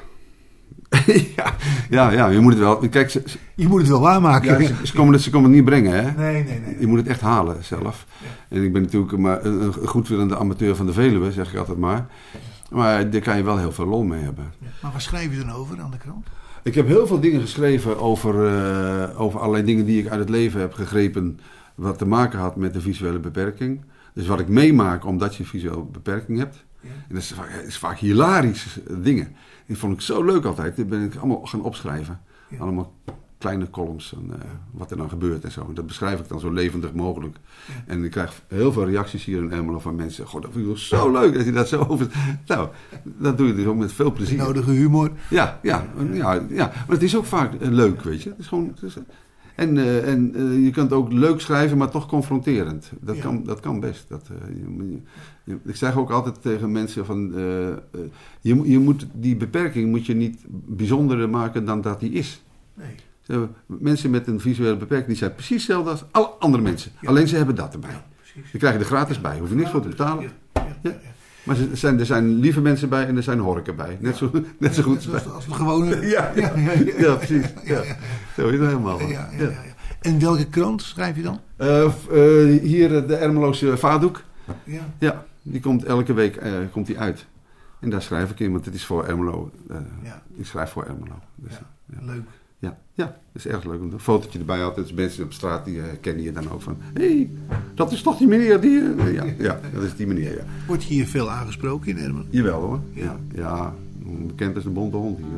ja, je moet het wel. Kijk, Je moet het wel waarmaken. ja, ze komen het niet brengen, hè? Nee. Je moet het echt halen zelf. Ja. En ik ben natuurlijk maar een goedwillende amateur van de Veluwe, zeg ik altijd maar. Maar daar kan je wel heel veel lol mee hebben. Ja. Maar waar schrijf je dan over aan de krant? Ik heb heel veel dingen geschreven over allerlei dingen die ik uit het leven heb gegrepen, wat te maken had met de visuele beperking. Dus wat ik meemaak omdat je visuele beperking hebt. Ja. En dat is vaak hilarisch dingen. Die vond ik zo leuk altijd. Die ben ik allemaal gaan opschrijven. Ja. Allemaal kleine columns en wat er dan gebeurt en zo. En dat beschrijf ik dan zo levendig mogelijk. Ja. En ik krijg heel veel reacties hier in Ermelo van mensen. Goh, dat vind ik zo leuk dat je dat zo over... Nou, dat doe je dus ook met veel plezier. De nodige humor. Ja. Maar het is ook vaak leuk, weet je. Het is gewoon... En je kunt ook leuk schrijven, maar toch confronterend. Dat kan best. Ik zeg ook altijd tegen mensen van... je moet die beperking moet je niet bijzonderder maken dan dat die is. Nee. Mensen met een visuele beperking die zijn precies hetzelfde als alle andere mensen. Ja. Alleen ze hebben dat erbij. Ja, die krijg je er gratis bij. Hoef je niks voor te betalen. Ja. Maar er zijn lieve mensen bij en er zijn horken bij. Net zo goed. Als de gewone... Ja, precies. Ja. Zo is het helemaal. Ja. En welke krant schrijf je dan? Hier de Ermeloze Vaardoek. Ja. Ja, die komt elke week komt die uit. En daar schrijf ik in, want het is voor Ermelo. Ik schrijf voor Ermelo. Dus, leuk. Ja, dat is erg leuk. Een fotootje erbij had. Dus mensen op straat die kennen je dan ook van... Hé, dat is toch die meneer die... Ja, dat is die meneer, ja. Word je hier veel aangesproken in Ermelo? Jawel hoor. Ja, bekend als de bonte hond hier.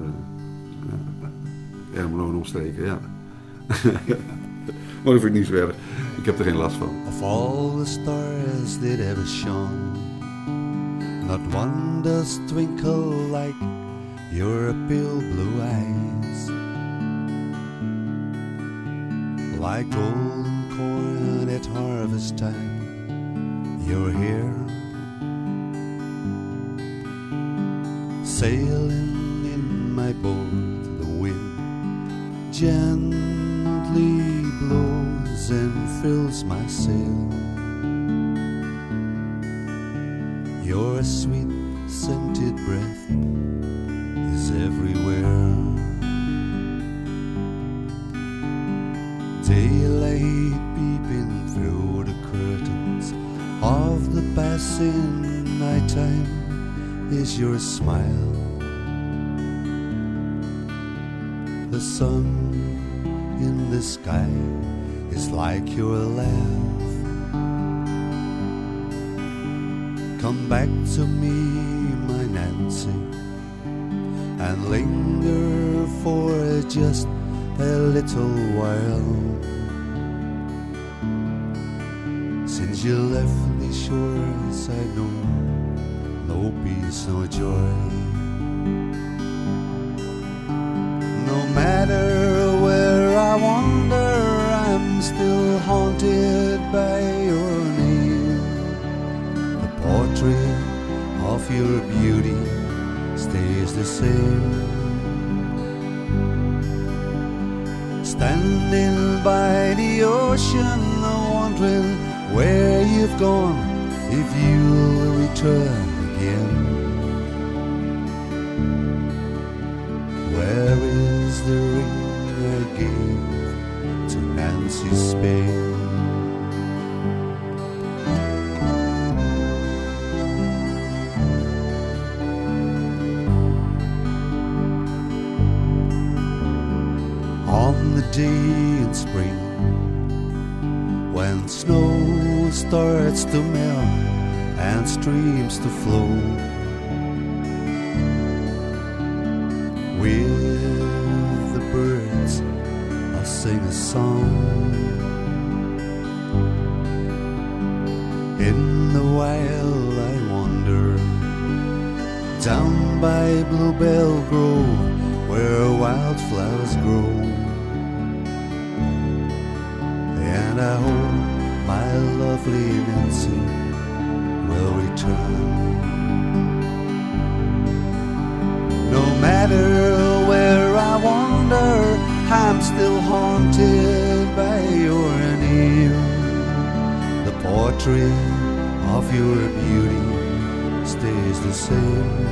Ermelo en omstreken, ja. Maar dat vind ik niet zo erg. Ik heb er geen last van. Of all the stars that ever shone, not one does twinkle like your pale blue eyes. Like golden corn at harvest time, you're here, sailing in my boat. The wind gently blows and fills my sail. Your sweet scented breath is everywhere. Daylight peeping through the curtains of the passing nighttime is your smile. The sun in the sky is like your laugh. Come back to me, my Nancy, and linger for just a little while. Since you left these shores, I know no peace, no joy. No matter where I wander, I'm still haunted by your name. The portrait of your beauty stays the same. Standing by the ocean, wondering where you've gone, if you'll return again. Where is the ring I gave to Nancy Spade? On the day in spring, when snow starts to melt and streams to flow, down by Bluebell Grove where wildflowers grow. And I hope my lovely Nancy will return. No matter where I wander, I'm still haunted by your near. The portrait of your beauty stays the same.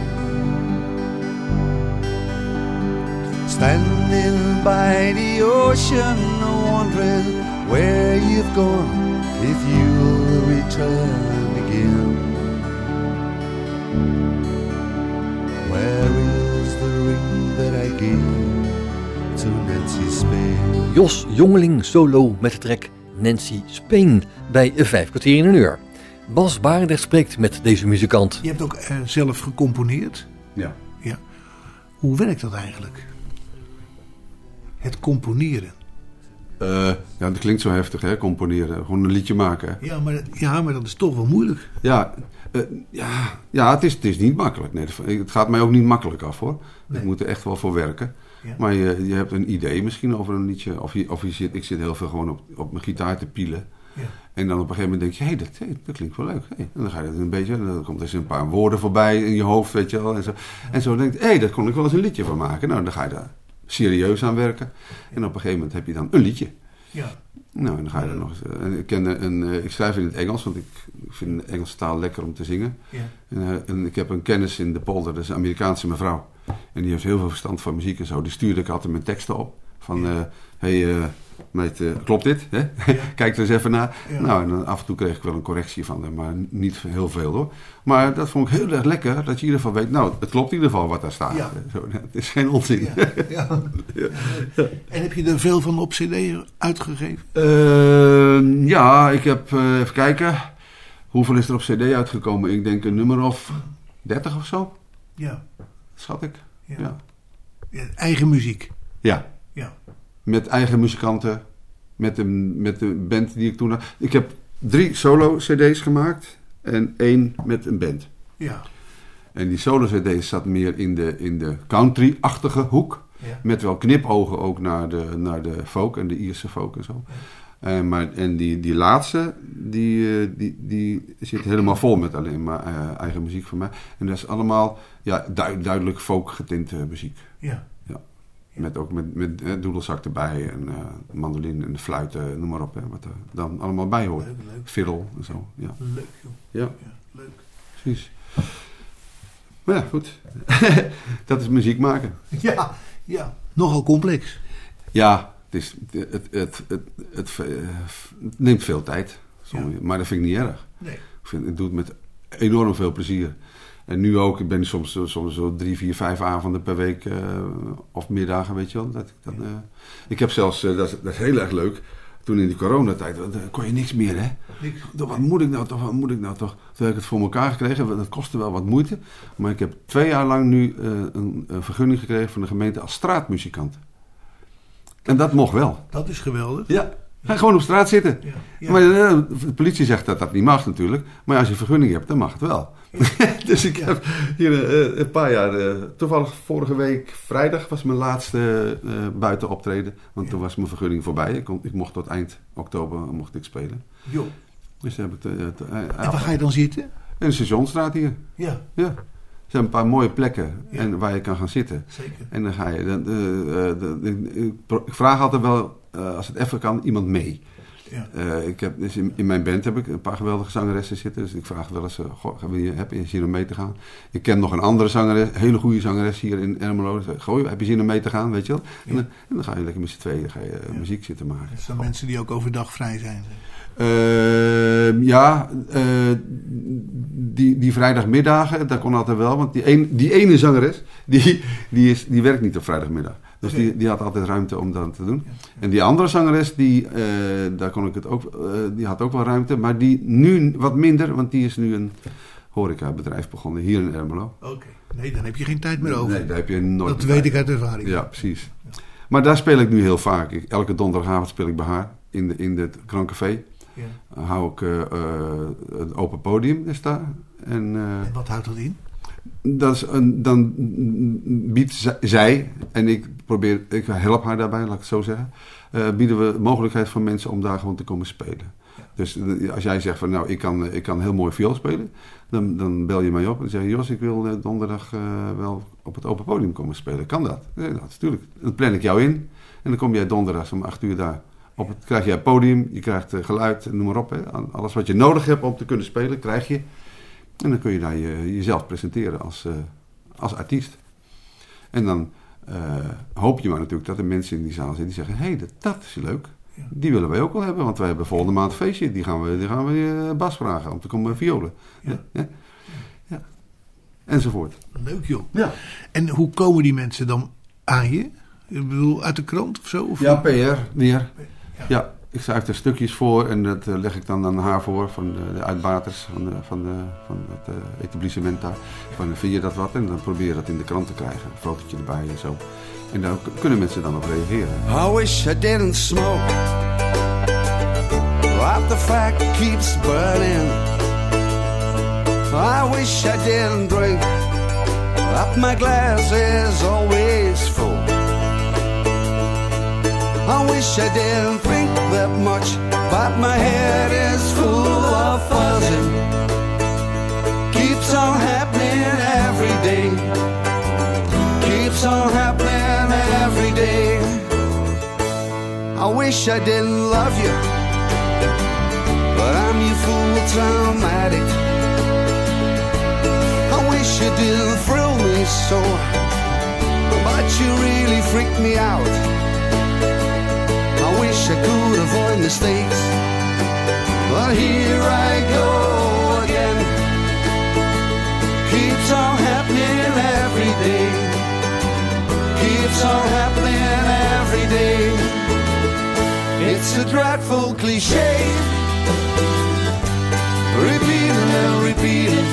Standing by the ocean, wondering where you've gone, if you'll return again. Where is the ring that I gave to Nancy Spain? Jos Jongeling solo met de track Nancy Spain bij 5 kwartier in een uur. Bas Barendrecht spreekt met deze muzikant. Je hebt ook zelf gecomponeerd. Ja. Ja. Hoe werkt dat eigenlijk? Het componeren. Ja, dat klinkt zo heftig, hè, componeren. Gewoon een liedje maken. Hè. Ja, maar dat is toch wel moeilijk. Ja, het is niet makkelijk. Nee, het gaat mij ook niet makkelijk af, hoor. Nee. Ik moet er echt wel voor werken. Ja. Maar je hebt een idee misschien over een liedje. Ik zit heel veel gewoon op mijn gitaar te pielen. Ja. En dan op een gegeven moment denk je, dat klinkt wel leuk. Hey. En dan ga je het een beetje, dan komt er een paar woorden voorbij in je hoofd, weet je wel. En zo denk je, daar kon ik wel eens een liedje van maken. Nou, dan ga je daar serieus aan werken. En op een gegeven moment heb je dan een liedje. Ja. Nou, en dan ga je er nog eens. En ik schrijf in het Engels, want ik vind de Engelse taal lekker om te zingen. Ja. En ik heb een kennis in de polder, dat is een Amerikaanse mevrouw. En die heeft heel veel verstand van muziek en zo. Die stuurde ik altijd mijn teksten op. Van, meid, klopt dit? Hè? Ja. Kijk er eens even naar. Ja. Nou, en dan af en toe kreeg ik wel een correctie van hem, maar niet heel veel, hoor. Maar dat vond ik heel erg lekker, dat je in ieder geval weet, nou, het klopt in ieder geval wat daar staat. Ja. Zo, het is geen onzin. Ja. En heb je er veel van op cd uitgegeven? Ja, ik heb, even kijken, hoeveel is er op cd uitgekomen? Ik denk een nummer of 30 of zo, Ja. schat ik. Ja. Ja, eigen muziek. Ja. Ja. Met eigen muzikanten, met de band die ik toen had. Ik heb 3 solo-cd's gemaakt en 1 met een band. Ja. En die solo-cd's zat meer in de country-achtige hoek. Ja. Met wel knipogen ook naar de folk en de Ierse folk en zo. En die laatste, die zit helemaal vol met alleen maar eigen muziek van mij. En dat is allemaal duidelijk folk getinte muziek. Ja. Met doedelzak erbij en mandoline en fluiten, noem maar op. Hè, wat er dan allemaal bij hoort. Leuk. Fiddle en zo. Ja. Leuk, joh. Ja. Leuk. Precies. Maar ja, goed. Dat is muziek maken. Ja. Nogal complex. Ja, het neemt veel tijd. Maar dat vind ik niet erg. Nee. Ik doe het met enorm veel plezier. En nu ook, ik ben soms zo 3, 4, 5 avonden per week of middagen, weet je wel. Ik heb zelfs, dat is heel erg leuk, toen in die coronatijd, kon je niks meer, hè. Niks. Wat moet ik nou toch? Toen heb ik het voor elkaar gekregen, dat kostte wel wat moeite. Maar ik heb 2 jaar lang nu een vergunning gekregen van de gemeente als straatmuzikant. En dat mocht wel. Dat is geweldig. Ja. Ga gewoon op straat zitten. Ja. Maar de politie zegt dat dat niet mag natuurlijk. Maar als je vergunning hebt, dan mag het wel. Dus ik heb hier een paar jaar... toevallig vorige week vrijdag was mijn laatste buiten optreden. Want toen was mijn vergunning voorbij. Ik mocht tot eind oktober mocht ik spelen. Jo. Dus heb ik En waar ga je dan zitten? in de Stationstraat hier. Ja. Ja. Er zijn een paar mooie plekken Ja. waar je kan gaan zitten. Zeker. En dan ga je... ik vraag altijd wel, als het even kan, iemand mee. Ja. Ik heb, dus in mijn band heb ik een paar geweldige zangeressen zitten. Dus ik vraag wel eens, heb je zin om mee te gaan? Ik ken nog een andere zangeres, hele goede zangeres hier in Ermelo. Goh, heb je zin om mee te gaan, weet je wel? Ja. En dan ga je lekker met z'n tweeën muziek zitten maken. Dat zijn mensen die ook overdag vrij zijn. Die vrijdagmiddagen, dat kon altijd wel. Want die ene zangeres, die werkt niet op vrijdagmiddag. Dus die had altijd ruimte om dat te doen. Ja. En die andere zangeres, daar kon ik het ook, die had ook wel ruimte. Maar die nu wat minder, want die is nu een horecabedrijf begonnen hier in Ermelo. Oké. Nee, dan heb je geen tijd meer over. Nee, daar heb je nooit Dat meer weet tijd. ik uit ervaring. Ja, precies. Maar daar speel ik nu heel vaak. Elke donderdagavond speel ik bij haar in het Krancafé. Ja. Dan hou ik het open podium is daar. En En wat houdt dat in? Dan biedt zij, en ik help haar daarbij, laat ik het zo zeggen, bieden we mogelijkheid voor mensen om daar gewoon te komen spelen. Ja. Dus als jij zegt van nou, ik kan heel mooi viool spelen, dan bel je mij op en zeg je, Jos, ik wil donderdag wel op het open podium komen spelen. Kan dat? Ja, natuurlijk. Dan plan ik jou in en dan kom jij donderdag om 8 uur daar. Krijg je het podium, je krijgt geluid, noem maar op. Hè. Alles wat je nodig hebt om te kunnen spelen, krijg je. En dan kun je daar jezelf presenteren als artiest. En dan hoop je maar natuurlijk dat er mensen in die zaal zitten die zeggen, hé, dat is leuk. Ja. Die willen wij ook wel hebben, want wij hebben volgende maand een feestje. Die gaan we Bas vragen om te komen violen. Ja. Ja. Ja. Enzovoort. Leuk joh. Ja. En hoe komen die mensen dan aan je? Ik bedoel, uit de krant of zo? Of ja, PR weer. Ja, ik schrijf er stukjes voor en dat leg ik dan aan haar voor van de uitbaters van het etablissement daar. Van, vind je dat wat? En dan probeer je dat in de krant te krijgen. Een fotootje erbij en zo. En daar kunnen mensen dan op reageren. I wish I didn't smoke, but the fact keeps burning. I wish I didn't drink, but my glass is always full. I wish I didn't think that much, but my head is full of buzzing. Keeps on happening every day. Keeps on happening every day. I wish I didn't love you, but I'm your full-time addict. I wish you didn't thrill me so, but you really freak me out. I wish I could avoid mistakes, but here I go again. Keeps on happening every day. Keeps on happening every day. It's a dreadful cliche, repeating and repeating.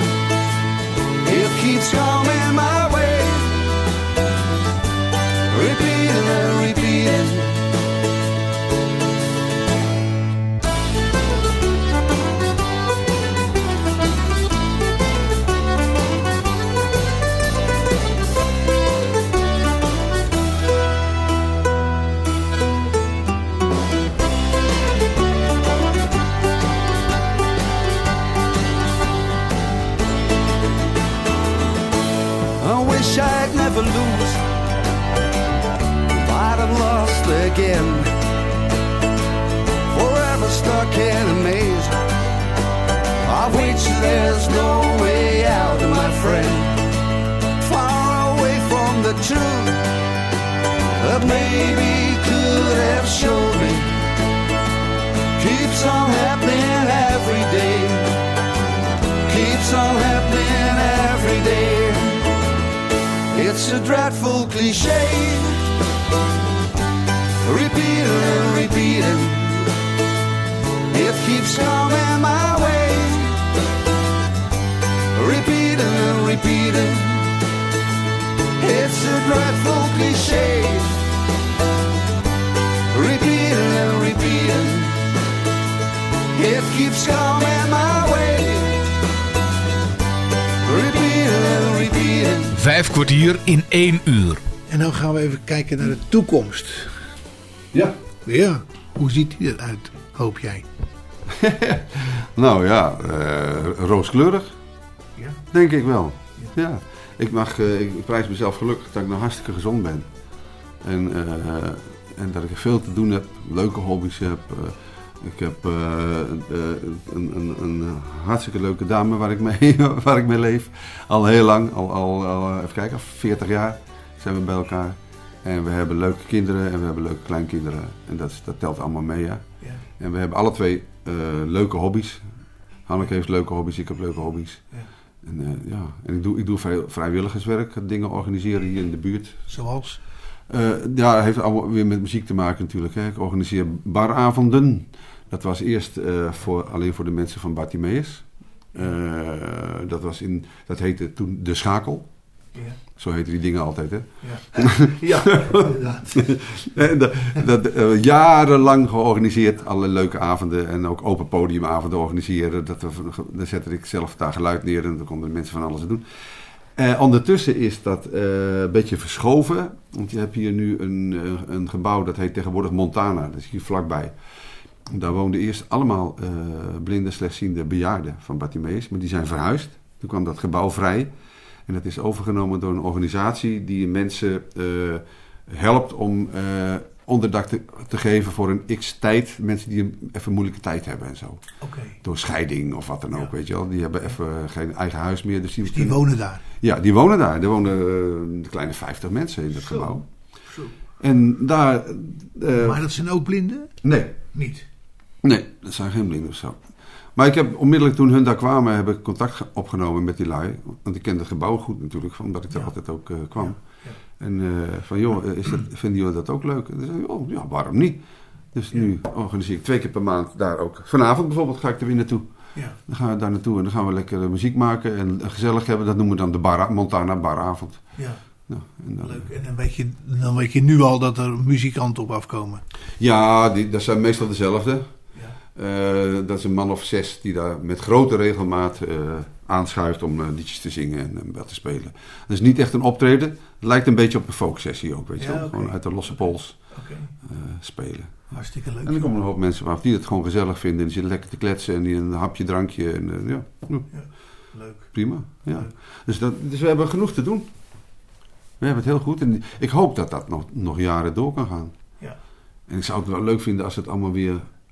It keeps coming my way, repeating and repeating. I'd never lose, but I'm lost again. Forever stuck in a maze of which there's no way out, my friend. Far away from the truth that maybe could have showed me. Keeps on happening every day. Keeps on happening every day. It's a dreadful cliche, repeating and repeating. It keeps coming my way, repeating and repeating. It's a dreadful cliche, repeating and repeating. It keeps coming my way, repeating and repeating. 5 kwartier in 1 uur. En dan gaan we even kijken naar de toekomst. Ja. Ja, hoe ziet die eruit, hoop jij? Nou ja, rooskleurig. Ja. Denk ik wel. Ja. Ik prijs mezelf gelukkig dat ik nou hartstikke gezond ben. En dat ik veel te doen heb, leuke hobby's heb. Ik heb een hartstikke leuke dame waar ik mee leef. Al heel lang, even kijken, 40 jaar zijn we bij elkaar. En we hebben leuke kinderen en we hebben leuke kleinkinderen. En dat telt allemaal mee, ja. Ja. En we hebben alle twee leuke hobby's. Hanneke heeft leuke hobby's, ik heb leuke hobby's. Ja. En ik doe veel vrijwilligerswerk, dingen organiseren hier in de buurt. Zoals? Ja, dat heeft allemaal weer met muziek te maken natuurlijk. Hè. Ik organiseer baravonden. Dat was eerst alleen voor de mensen van Bartimeus. Dat heette toen De Schakel. Ja. Zo heten die dingen altijd, hè? Ja, inderdaad. Jarenlang georganiseerd. Allerlei leuke avonden en ook open podiumavonden organiseren. Dan zette ik zelf daar geluid neer en dan konden de mensen van alles doen. Ondertussen is dat een beetje verschoven. Want je hebt hier nu een gebouw dat heet tegenwoordig Montana. Dat is hier vlakbij. Daar woonden eerst allemaal blinde, slechtziende bejaarden van Bartimeus. Maar die zijn verhuisd. Toen kwam dat gebouw vrij. En dat is overgenomen door een organisatie die mensen helpt om onderdak te geven voor een x-tijd. Mensen die een even moeilijke tijd hebben en zo. Okay. Door scheiding of wat dan ook, weet je wel. Die hebben even geen eigen huis meer. Dus die wonen daar? Ja, die wonen daar. Er wonen een kleine 50 mensen in dat gebouw. Zo. En daar... maar dat zijn ook blinden? Nee. Niet? Nee, dat zijn geen blinden of zo. Maar ik heb onmiddellijk toen hun daar kwamen, heb ik contact opgenomen met die lui. Want ik kende het gebouw goed natuurlijk, omdat ik daar altijd ook kwam. Ja. Ja. En van joh, vinden jullie dat ook leuk? En zei oh ja, waarom niet? Dus nu organiseer ik 2 keer per maand daar ook. Vanavond bijvoorbeeld ga ik er weer naartoe. Ja. Dan gaan we daar naartoe en dan gaan we lekker muziek maken en gezellig hebben. Dat noemen we dan de Montana baravond. Ja. Nou, en dan, leuk. En dan weet je nu al dat er muzikanten op afkomen? Ja, dat zijn meestal dezelfde. Dat is een man of 6 die daar met grote regelmaat aanschuift om liedjes te zingen en wat te spelen. Dat is niet echt een optreden. Het lijkt een beetje op een folksessie ook, weet je wel. Okay. Gewoon uit de losse pols spelen. Hartstikke leuk. En dan komen er een hoop mensen af die het gewoon gezellig vinden. En die zitten lekker te kletsen en die een hapje, drankje. En, leuk. Prima. Ja. Dus we hebben genoeg te doen. We hebben het heel goed. En ik hoop dat dat nog jaren door kan gaan. Ja. En ik zou het wel leuk vinden als het allemaal weer...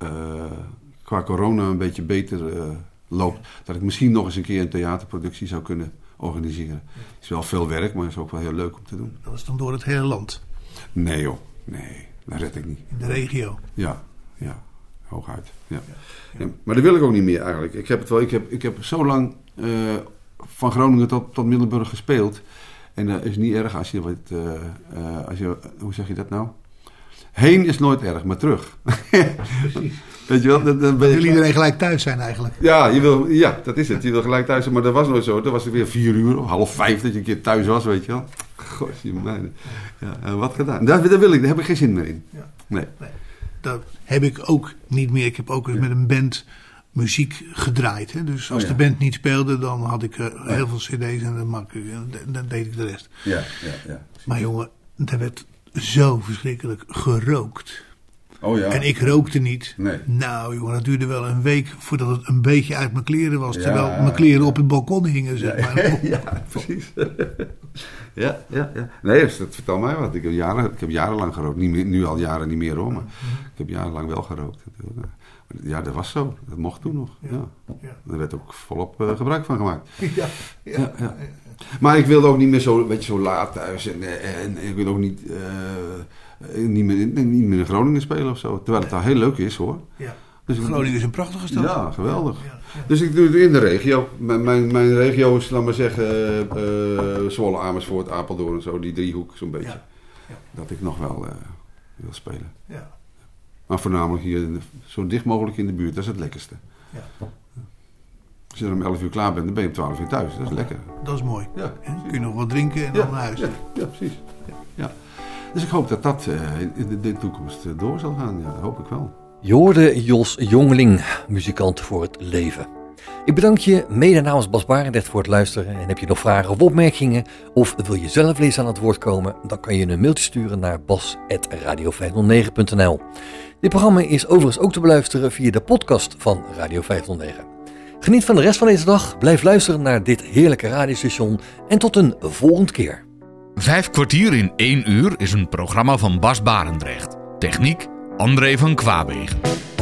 qua corona een beetje beter loopt. Dat ik misschien nog eens een keer een theaterproductie zou kunnen organiseren. Het is wel veel werk, maar het is ook wel heel leuk om te doen. Dat is dan door het hele land? Nee joh, nee, dat red ik niet. In de regio? Ja, hooguit. Ja. Ja, maar dat wil ik ook niet meer eigenlijk. Ik heb het wel, ik heb zo lang van Groningen tot Middelburg gespeeld. En dat is niet erg als je hoe zeg je dat nou? Heen is nooit erg, maar terug. Weet je wel? Dan wil iedereen gelijk thuis zijn eigenlijk. Ja, dat is het. Je wil gelijk thuis zijn, maar dat was nooit zo. Dan was het weer 4 uur, 4:30 dat je een keer thuis was, weet je wel. Gosh, en wat gedaan. Daar heb ik geen zin meer in. Ja. Nee. Dat heb ik ook niet meer. Ik heb ook eens met een band muziek gedraaid. Hè? Dus als de band niet speelde, dan had ik heel veel cd's en dan deed ik de rest. Ja. Maar jongen, er werd zo verschrikkelijk gerookt. Oh ja. En ik rookte niet. Nee. Nou jongen, dat duurde wel een week voordat het een beetje uit mijn kleren was. Terwijl mijn kleren op het balkon hingen, zeg maar. Ja, precies. Ja. Nee, vertel mij wat. Ik heb jarenlang gerookt. Nu al jaren niet meer hoor, maar ik heb jarenlang wel gerookt. Ja, dat was zo. Dat mocht toen nog. Ja. Er werd ook volop gebruik van gemaakt. Ja. Maar ik wilde ook niet meer zo laat thuis. En ik wil ook niet meer in Groningen spelen of zo. Terwijl het daar heel leuk is hoor. Ja. Dus Groningen is een prachtige stad. Ja, geweldig. Ja. Dus ik doe het in de regio. Mijn regio is, laat maar zeggen, Zwolle, Amersfoort, Apeldoorn en zo. Die driehoek zo'n beetje. Ja. Dat ik nog wel wil spelen. Ja. Maar voornamelijk hier zo dicht mogelijk in de buurt. Dat is het lekkerste. Ja. Als je er om 11 uur klaar bent, dan ben je om 12 uur thuis. Dat is lekker. Dat is mooi. Ja. En kun je nog wat drinken en dan naar huis. Ja, precies. Ja. Dus ik hoop dat in de toekomst door zal gaan. Ja, dat hoop ik wel. Je hoorde Jos Jongeling, muzikant voor het leven. Ik bedank je mede namens Bas Barendrecht voor het luisteren. En heb je nog vragen of opmerkingen of wil je zelf eens aan het woord komen, dan kan je een mailtje sturen naar bas@radio509.nl. Dit programma is overigens ook te beluisteren via de podcast van Radio 509. Geniet van de rest van deze dag, blijf luisteren naar dit heerlijke radiostation en tot een volgende keer. 5 kwartier in 1 uur is een programma van Bas Barendrecht. Techniek André van Kwaabegen.